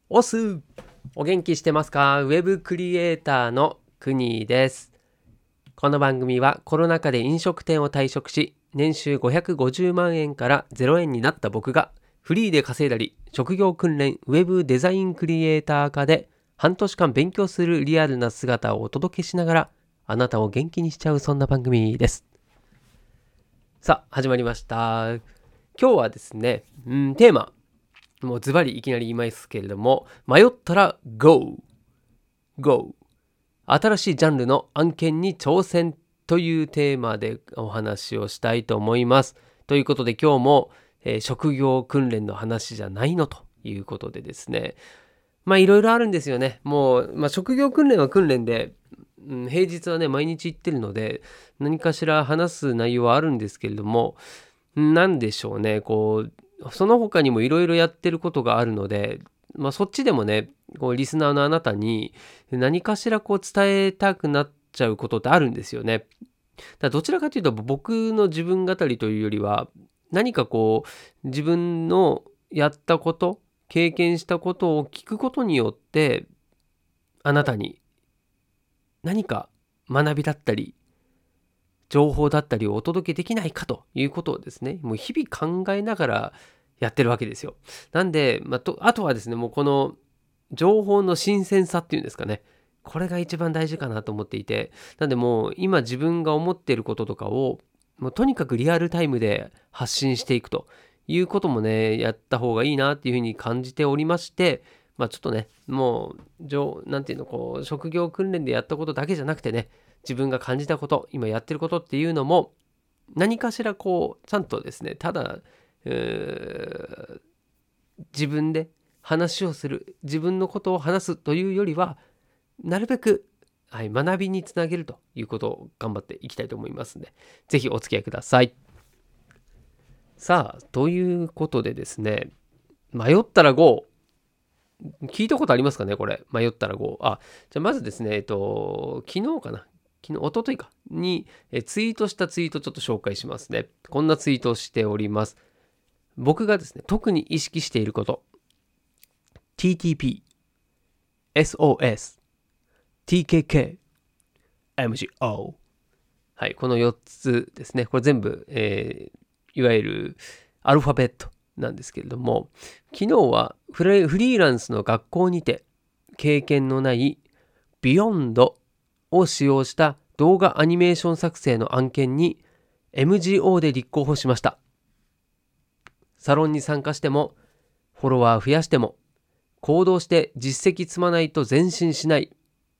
おすお元気してますか？ウェブクリエイターのくにです。この番組はコロナ禍で飲食店を退職し、年収550万円から0円になった僕がフリーで稼いだり、職業訓練ウェブデザインクリエイター科で半年間勉強するリアルな姿をお届けしながら、あなたを元気にしちゃうそんな番組です。さあ始まりました。今日はですね、テーマもうズバリいきなり言いますけれども、迷ったら GO! 新しいジャンルの案件に挑戦というテーマでお話をしたいと思います。ということで今日も、職業訓練の話じゃないのということでですね、いろいろあるんですよね。もう、職業訓練は訓練で、平日はね毎日行ってるので何かしら話す内容はあるんですけれども、なんでしょうね、その他にもいろいろやってることがあるので、そっちでもねリスナーのあなたに何かしら伝えたくなっちゃうことってあるんですよね。だどちらかというと僕の自分語りというよりは、何か自分のやったこと経験したことを聞くことによってあなたに何か学びだったり情報だったりをお届けできないかということをですね、もう日々考えながらやってるわけですよ。なんで、あとはですね、もうこの情報の新鮮さっていうんですかね、これが一番大事かなと思っていて、なんでもう今自分が思っていることとかをもうとにかくリアルタイムで発信していくということもね、やった方がいいなっていうふうに感じておりまして、ちょっとね、もうなんていうの、職業訓練でやったことだけじゃなくてね、自分が感じたこと、今やってることっていうのも何かしらちゃんとですね、ただ自分で話をする、自分のことを話すというよりは、なるべく、学びにつなげるということを頑張っていきたいと思いますので、ぜひお付き合いください。さあ、ということでですね、迷ったら GO。聞いたことありますかねこれ。迷ったら GO。じゃあまずですね、昨日かな一昨日かにツイートしたツイートちょっと紹介しますね。こんなツイートをしております。僕がですね、特に意識していること。TTP、SOS、TKK、MGO。はい、この4つですね。これ全部、いわゆるアルファベットなんですけれども、昨日はフリーランスの学校にて経験のないビヨンドを使用した動画アニメーション作成の案件に MGO で立候補しました。サロンに参加しても、フォロワー増やしても、行動して実績積まないと前進しない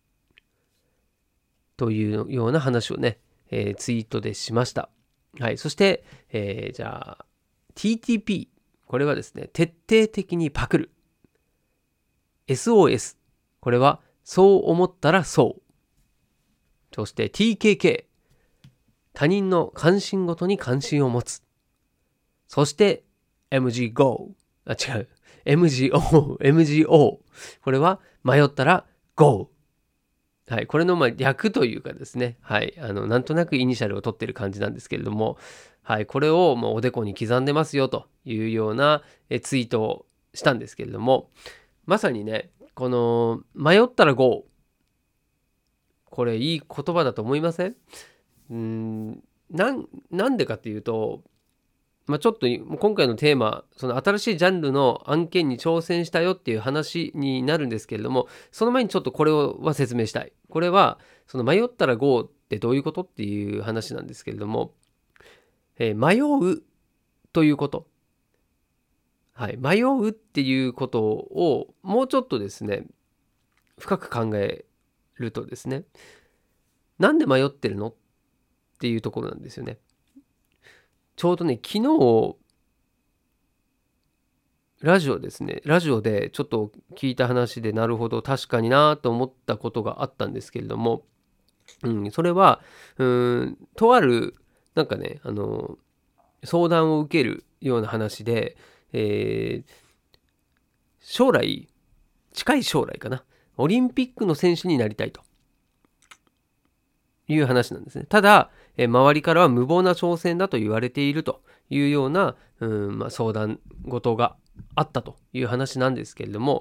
というような話をね、ツイートでしました。はい、そして、じゃあ TTP、 これはですね、徹底的にパクる。 SOS、 これはそう思ったらそう。そして TKK、 他人の関心ごとに関心を持つ。そして MGO、 違う MGO、 これは迷ったら GO。 はい、これの略というかですね、はい、なんとなくイニシャルを取ってる感じなんですけれども、はい、これをもうおでこに刻んでますよというようなツイートをしたんですけれども、まさにね、この迷ったら GO、 これいい言葉だと思いません？なんでかっていうと、ちょっと今回のテーマ、その新しいジャンルの案件に挑戦したよっていう話になるんですけれども、その前にちょっとこれは説明したい。これはその迷ったら GO ってどういうことっていう話なんですけれども、迷うということ、はい、迷うっていうことをもうちょっとですね深く考えるとですね、なんで迷ってるのっていうところなんですよね。ちょうどね、昨日ラジオでちょっと聞いた話で、なるほど確かになと思ったことがあったんですけれども、それはとあるなんかね相談を受けるような話で、近い将来かな、オリンピックの選手になりたいという話なんですね。ただ、周りからは無謀な挑戦だと言われているというような相談事があったという話なんですけれども、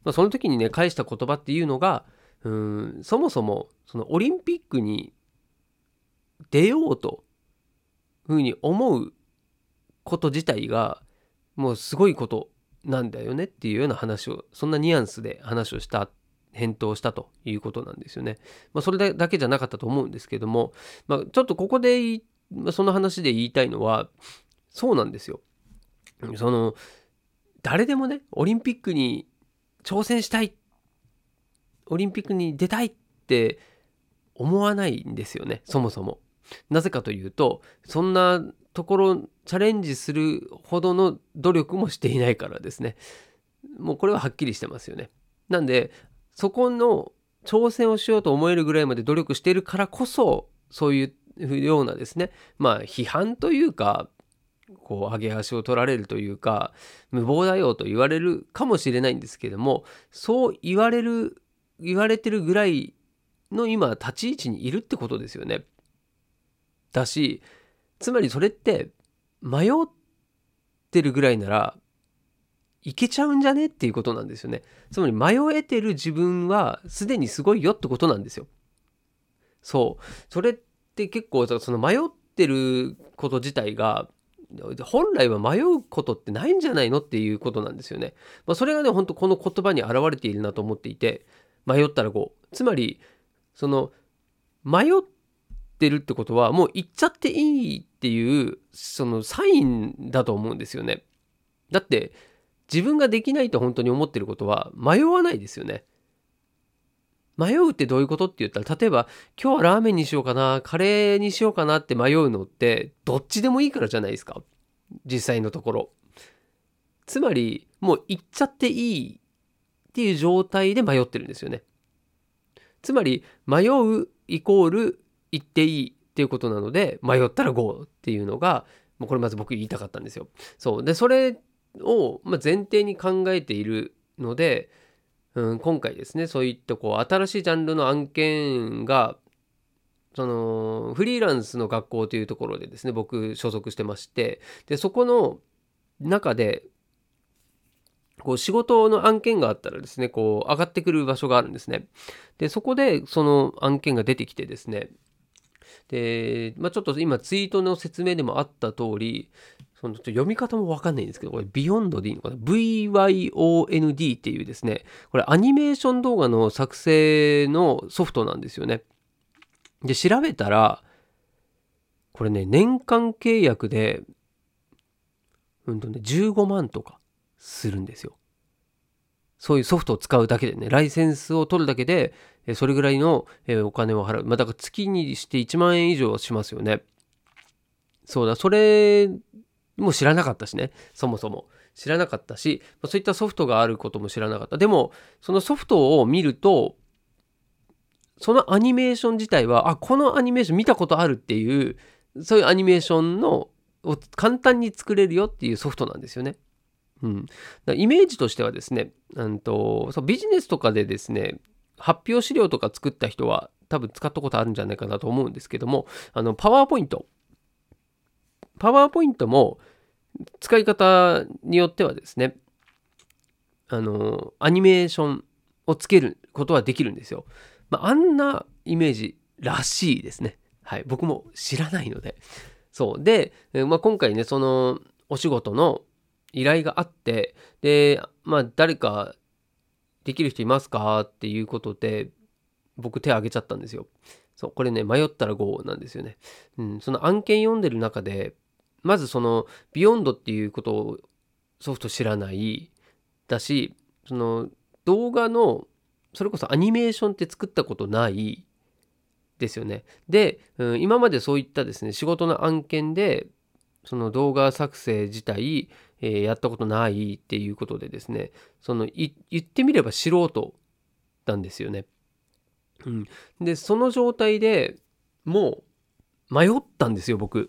その時にね返した言葉っていうのが、そもそもそのオリンピックに出ようというふうに思うこと自体がもうすごいことなんだよねっていうような話を、そんなニュアンスで話をした返答したということなんですよね。それだけじゃなかったと思うんですけども、ちょっとここでその話で言いたいのは、そうなんですよ。その誰でもねオリンピックに挑戦したい、オリンピックに出たいって思わないんですよね、そもそも。なぜかというと、そんなところチャレンジするほどの努力もしていないからですね。もうこれははっきりしてますよね。なんでそこの挑戦をしようと思えるぐらいまで努力しているからこそ、そういうようなですね、批判というか、こう上げ足を取られるというか、無謀だよと言われるかもしれないんですけども、そう言われてるぐらいの今立ち位置にいるってことですよね。だし、つまりそれって迷ってるぐらいならいけちゃうんじゃねっていうことなんですよね。つまり迷えてる自分はすでにすごいよってことなんですよ。そう。それって結構その迷ってること自体が本来は迷うことってないんじゃないのっていうことなんですよね。それがね、本当この言葉に表れているなと思っていて、迷ったら5。つまり、その迷ってるってことはもう行っちゃっていいっていうそのサインだと思うんですよね。だって自分ができないと本当に思ってることは迷わないですよね。迷うってどういうことって言ったら、例えば今日はラーメンにしようかな、カレーにしようかなって迷うのってどっちでもいいからじゃないですか、実際のところ。つまりもう行っちゃっていいっていう状態で迷ってるんですよね。つまり迷うイコール行っていいっていうことなので、迷ったら GO っていうのがもうこれまず僕言いたかったんですよ。そうで、それを前提に考えているので、今回ですね、そういった新しいジャンルの案件がそのフリーランスの学校というところでですね、僕所属してまして、でそこの中で仕事の案件があったらですね、上がってくる場所があるんですね。でそこでその案件が出てきてですね、で、ちょっと今ツイートの説明でもあった通り、そのちょっと読み方もわかんないんですけど、これ Beyond でいいのかな？ VYOND っていうですね、これアニメーション動画の作成のソフトなんですよね。で、調べたら、これね、年間契約で、15万とかするんですよ。そういうソフトを使うだけでね、ライセンスを取るだけで、それぐらいのお金を払う。だから月にして1万円以上しますよね。そうだ、それも知らなかったしね、そもそも。知らなかったし、そういったソフトがあることも知らなかった。でも、そのソフトを見ると、そのアニメーション自体は、このアニメーション見たことあるっていう、そういうアニメーションを簡単に作れるよっていうソフトなんですよね。イメージとしてはですね、そうビジネスとかでですね、発表資料とか作った人は多分使ったことあるんじゃないかなと思うんですけども、パワーポイントも使い方によってはですね、アニメーションをつけることはできるんですよ。あんなイメージらしいですね。はい、僕も知らないので。そうで、今回ね、そのお仕事の依頼があって、で、誰かできる人いますかっていうことで、僕手挙げちゃったんですよ。そう、これね、迷ったら GO なんですよね。その案件読んでる中で、まずその、ビヨンドっていうことをソフト知らないだし、その動画の、それこそアニメーションって作ったことないですよね。で、今までそういったですね、仕事の案件で、その動画作成自体、やったことないっていうことでですね、言ってみれば素人なんですよね。で、その状態でもう迷ったんですよ、僕。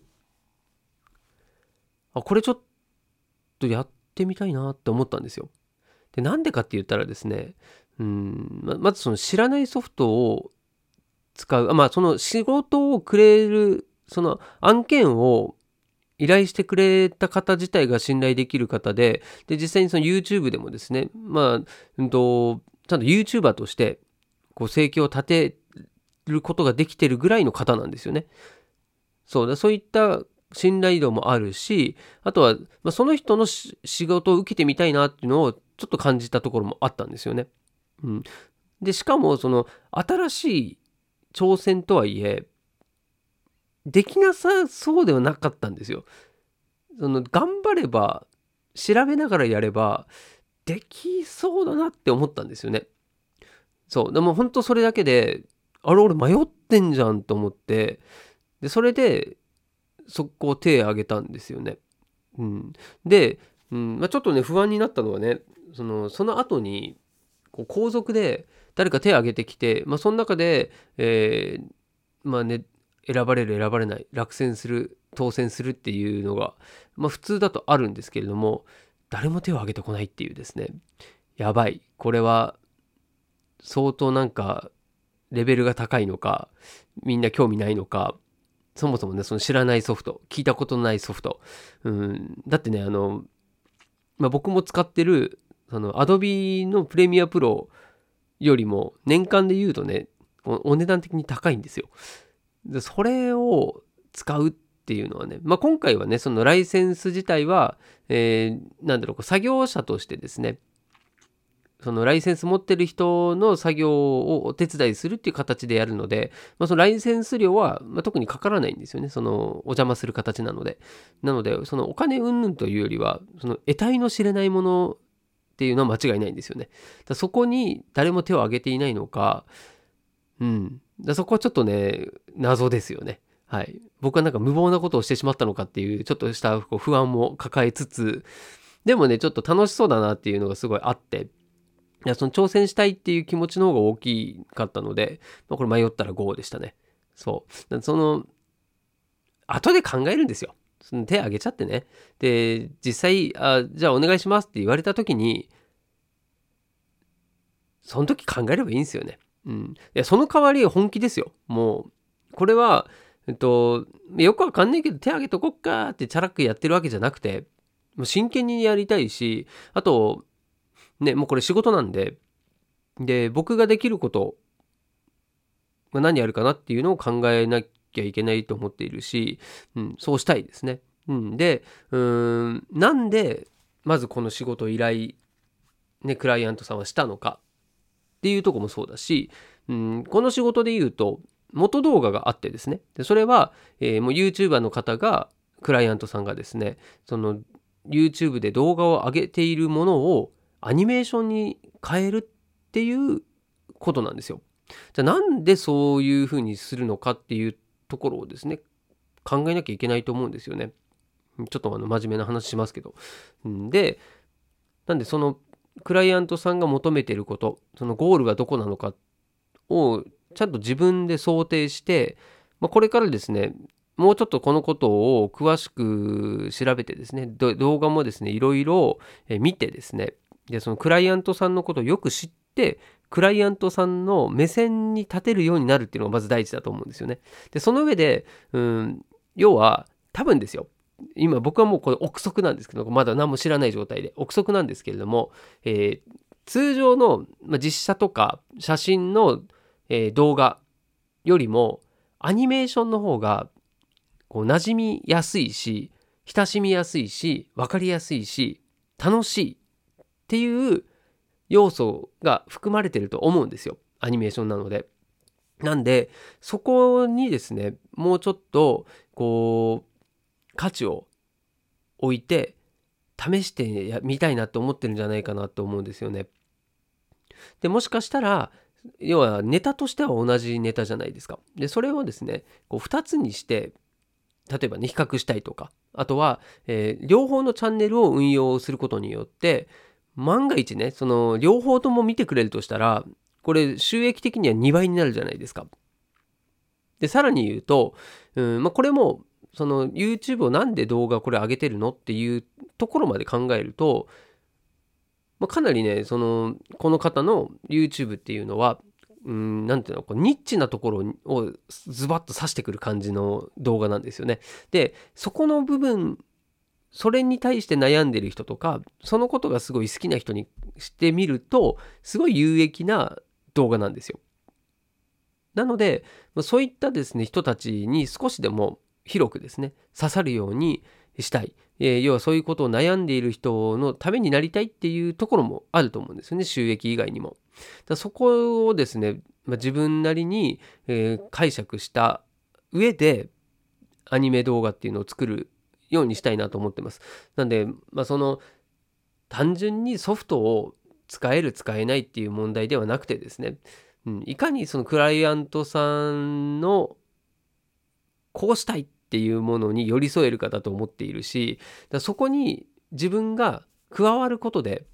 これちょっとやってみたいなって思ったんですよ。で、なんでかって言ったらですね、まずその知らないソフトを使う、その仕事をくれる、その案件を依頼してくれた方自体が信頼できる方で、実際にその YouTube でもですね、ちゃんと YouTuber として生計を立てることができてるぐらいの方なんですよね。そういった信頼度もあるし、あとは、その人の仕事を受けてみたいなっていうのをちょっと感じたところもあったんですよね。で、しかもその新しい挑戦とはいえ、できなさそうではなかったんですよ。頑張れば、調べながらやれば、できそうだなって思ったんですよね。でも本当それだけで、あれ俺迷ってんじゃんと思って、で、それで、そこを手を挙げたんですよね。で、ちょっとね、不安になったのはね、その後に、後続で誰か手を挙げてきて、その中で、選ばれる選ばれない、落選する、当選するっていうのが、普通だとあるんですけれども、誰も手を挙げてこないっていうですね、やばい。これは相当レベルが高いのか、みんな興味ないのか、そもそもね、その知らないソフト、聞いたことのないソフト。だってね、僕も使ってる、Adobe のプレミアプロよりも、年間で言うとね、お値段的に高いんですよ。で、それを使うっていうのはね、今回はね、そのライセンス自体は、作業者としてですね、そのライセンス持ってる人の作業をお手伝いするっていう形でやるので、そのライセンス料は、特にかからないんですよね。そのお邪魔する形なので。そのお金云々というよりは、その得体の知れないものっていうのは間違いないんですよね。そこに誰も手を挙げていないのか、そこはちょっとね、謎ですよね。はい。僕は無謀なことをしてしまったのかっていう、ちょっとした不安も抱えつつ、でもね、ちょっと楽しそうだなっていうのがすごいあって、その挑戦したいっていう気持ちの方が大きかったので、これ迷ったら GO でしたね。後で考えるんですよ。その手挙げちゃってね。で、実際、じゃあお願いしますって言われた時に、その時考えればいいんですよね。いや、その代わり本気ですよ。もう、これは、よくわかんないけど手挙げとこっかってチャラくやってるわけじゃなくて、もう真剣にやりたいし、あと、ね、もうこれ仕事なんで、僕ができることが何あるかなっていうのを考えなきゃいけないと思っているし、そうしたいですね。で、なんで、まずこの仕事依頼、ね、クライアントさんはしたのかっていうとこもそうだし、この仕事で言うと、元動画があってですね。でそれは、もう YouTuber の方が、クライアントさんがですね、その YouTube で動画を上げているものをアニメーションに変えるっていうことなんですよ。じゃあなんでそういうふうにするのかっていうところをですね、考えなきゃいけないと思うんですよね。ちょっと真面目な話しますけど。で、なんでそのクライアントさんが求めていること、そのゴールがどこなのかをちゃんと自分で想定して、これからですね、もうちょっとこのことを詳しく調べてですね、動画もですね、いろいろ見てですね、で、そのクライアントさんのことをよく知って、クライアントさんの目線に立てるようになるっていうのがまず第一だと思うんですよね。で、その上で、要は多分ですよ。今僕はもうこれ憶測なんですけど、まだ何も知らない状態で憶測なんですけれども、通常の実写とか写真の動画よりもアニメーションの方が馴染みやすいし、親しみやすいし、分かりやすいし、楽しいっていう要素が含まれてると思うんですよ。アニメーションなので。なんで、そこにですね、もうちょっと価値を置いて試してみたいなと思ってるんじゃないかなと思うんですよね。で、もしかしたら、要はネタとしては同じネタじゃないですか。で、それをですね、2つにして、例えばね、比較したいとか、あとは、両方のチャンネルを運用することによって、万が一ね、その両方とも見てくれるとしたら、これ収益的には2倍になるじゃないですか。で、さらに言うと、これも、その YouTube をなんで動画これ上げてるのっていうところまで考えると、かなりね、この方の YouTube っていうのは、 なんていうの、こうニッチなところをズバッと指してくる感じの動画なんですよね。で、そこの部分、それに対して悩んでる人とか、そのことがすごい好きな人にしてみると、すごい有益な動画なんですよ。なので、そういったですね、人たちに少しでも広くですね、刺さるようにしたい。要はそういうことを悩んでいる人のためになりたいっていうところもあると思うんですよね、収益以外にも。そこをですね、自分なりに、解釈した上でアニメ動画っていうのを作るようにしたいなと思ってます。なんで、その単純にソフトを使える使えないっていう問題ではなくてですね、いかにそのクライアントさんのこうしたいっていうものに寄り添えるかだと思っているし、そこに自分が加わることで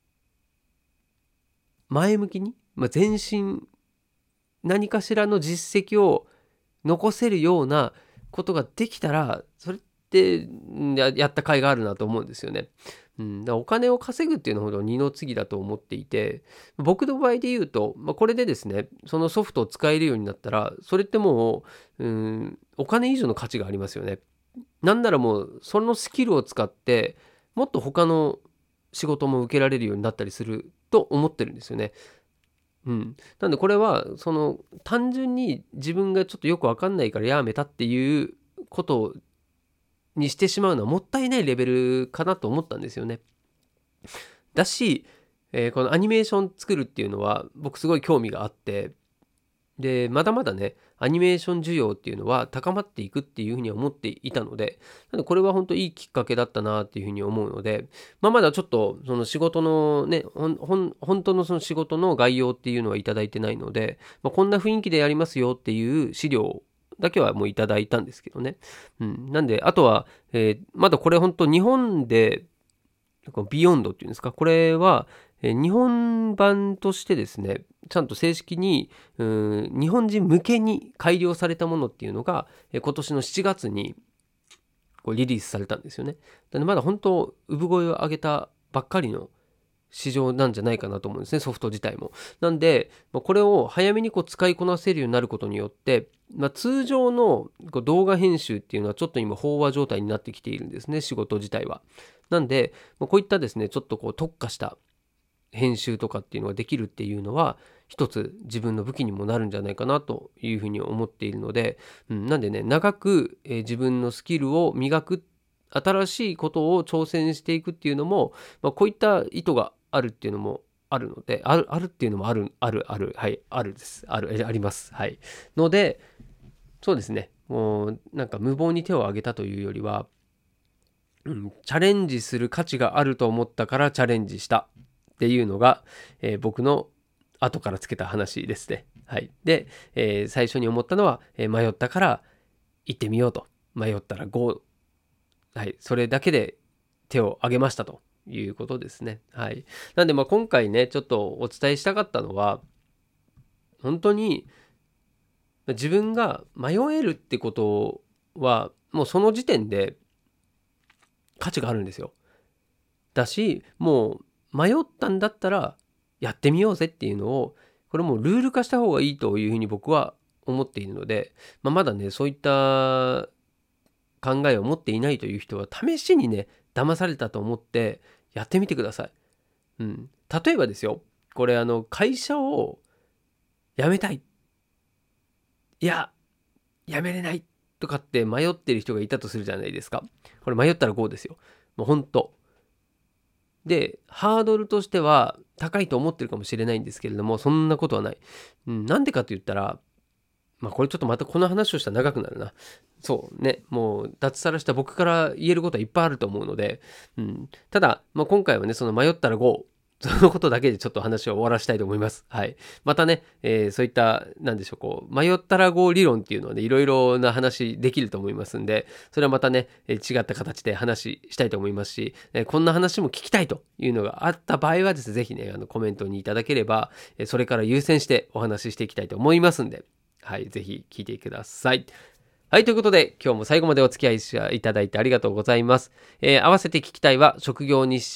前向きに、前進、何かしらの実績を残せるようなことができたら、それってやった甲斐があるなと思うんですよね。だからお金を稼ぐっていうのほど二の次だと思っていて、僕の場合で言うと、これでですね、そのソフトを使えるようになったら、それってもう、お金以上の価値がありますよね。なんならもう、そのスキルを使って、もっと他の仕事も受けられるようになったりすると思ってるんですよね。なんでこれはその単純に自分がちょっとよく分かんないからやめたっていうことにしてしまうのはもったいないレベルかなと思ったんですよね。だし、このアニメーション作るっていうのは僕すごい興味があって、でまだまだねアニメーション需要っていうのは高まっていくっていうふうに思っていたので、なのでこれは本当いいきっかけだったなっていうふうに思うので、まだちょっとその仕事のね本当のその仕事の概要っていうのはいただいてないので、こんな雰囲気でやりますよっていう資料だけはもういただいたんですけどね。なんであとは、まだこれ本当日本でビヨンドっていうんですか、これは日本版としてですね、ちゃんと正式に日本人向けに改良されたものっていうのが今年の7月にリリースされたんですよね。なのでまだ本当産声を上げたばっかりの市場なんじゃないかなと思うんですね、ソフト自体も。なんで、これを早めに使いこなせるようになることによって、通常の動画編集っていうのはちょっと今飽和状態になってきているんですね、仕事自体は。なんで、こういったですね、ちょっと特化した編集とかっていうのができるっていうのは、一つ自分の武器にもなるんじゃないかなというふうに思っているので、なんでね、長く自分のスキルを磨く、新しいことを挑戦していくっていうのも、こういった意図があるっていうのもあるので、あるっていうのもある、はい、あるです。あります。はい。ので、そうですね、もうなんか無謀に手を挙げたというよりは、チャレンジする価値があると思ったからチャレンジしたっていうのが、僕の後からつけた話ですね。はい。で、最初に思ったのは、迷ったから行ってみようと。迷ったら GO。はい。それだけで手を挙げましたということですね。はい。なんで今回ね、ちょっとお伝えしたかったのは、本当に自分が迷えるってことは、もうその時点で価値があるんですよ。だし、もう迷ったんだったらやってみようぜっていうのを、これもうルール化した方がいいというふうに僕は思っているので、まだね、そういった考えを持っていないという人は試しにね、騙されたと思ってやってみてください。例えばですよ、これ会社を辞めたい。いや、辞めれないとかって迷ってる人がいたとするじゃないですか。これ迷ったら GO ですよ。もうほんと。で、ハードルとしては高いと思ってるかもしれないんですけれども、そんなことはない。なんでかと言ったら、これちょっとまたこの話をしたら長くなるな。そうね、もう脱サラした僕から言えることはいっぱいあると思うので、ただ、今回はね、その迷ったら GO。そのことだけでちょっと話を終わらしたいと思います。はい。またね、そういった、なんでしょう、迷ったら GO 理論っていうのはね、いろいろな話できると思いますんで、それはまたね、違った形で話したいと思いますし、こんな話も聞きたいというのがあった場合はですね、ぜひね、コメントにいただければ、それから優先してお話ししていきたいと思いますんで、はい、ぜひ聞いてください。はい、ということで、今日も最後までお付き合いいただいてありがとうございます。合わせて聞きたいは、職業日誌、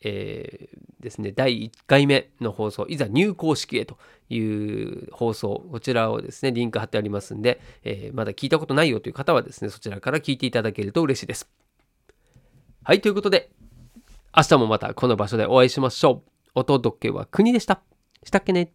ですね、第1回目の放送、いざ入校式へという放送、こちらをですね、リンク貼ってありますんで、まだ聞いたことないよという方はですね、そちらから聞いていただけると嬉しいです。はい、ということで、明日もまたこの場所でお会いしましょう。お届けは国でした。したっけね。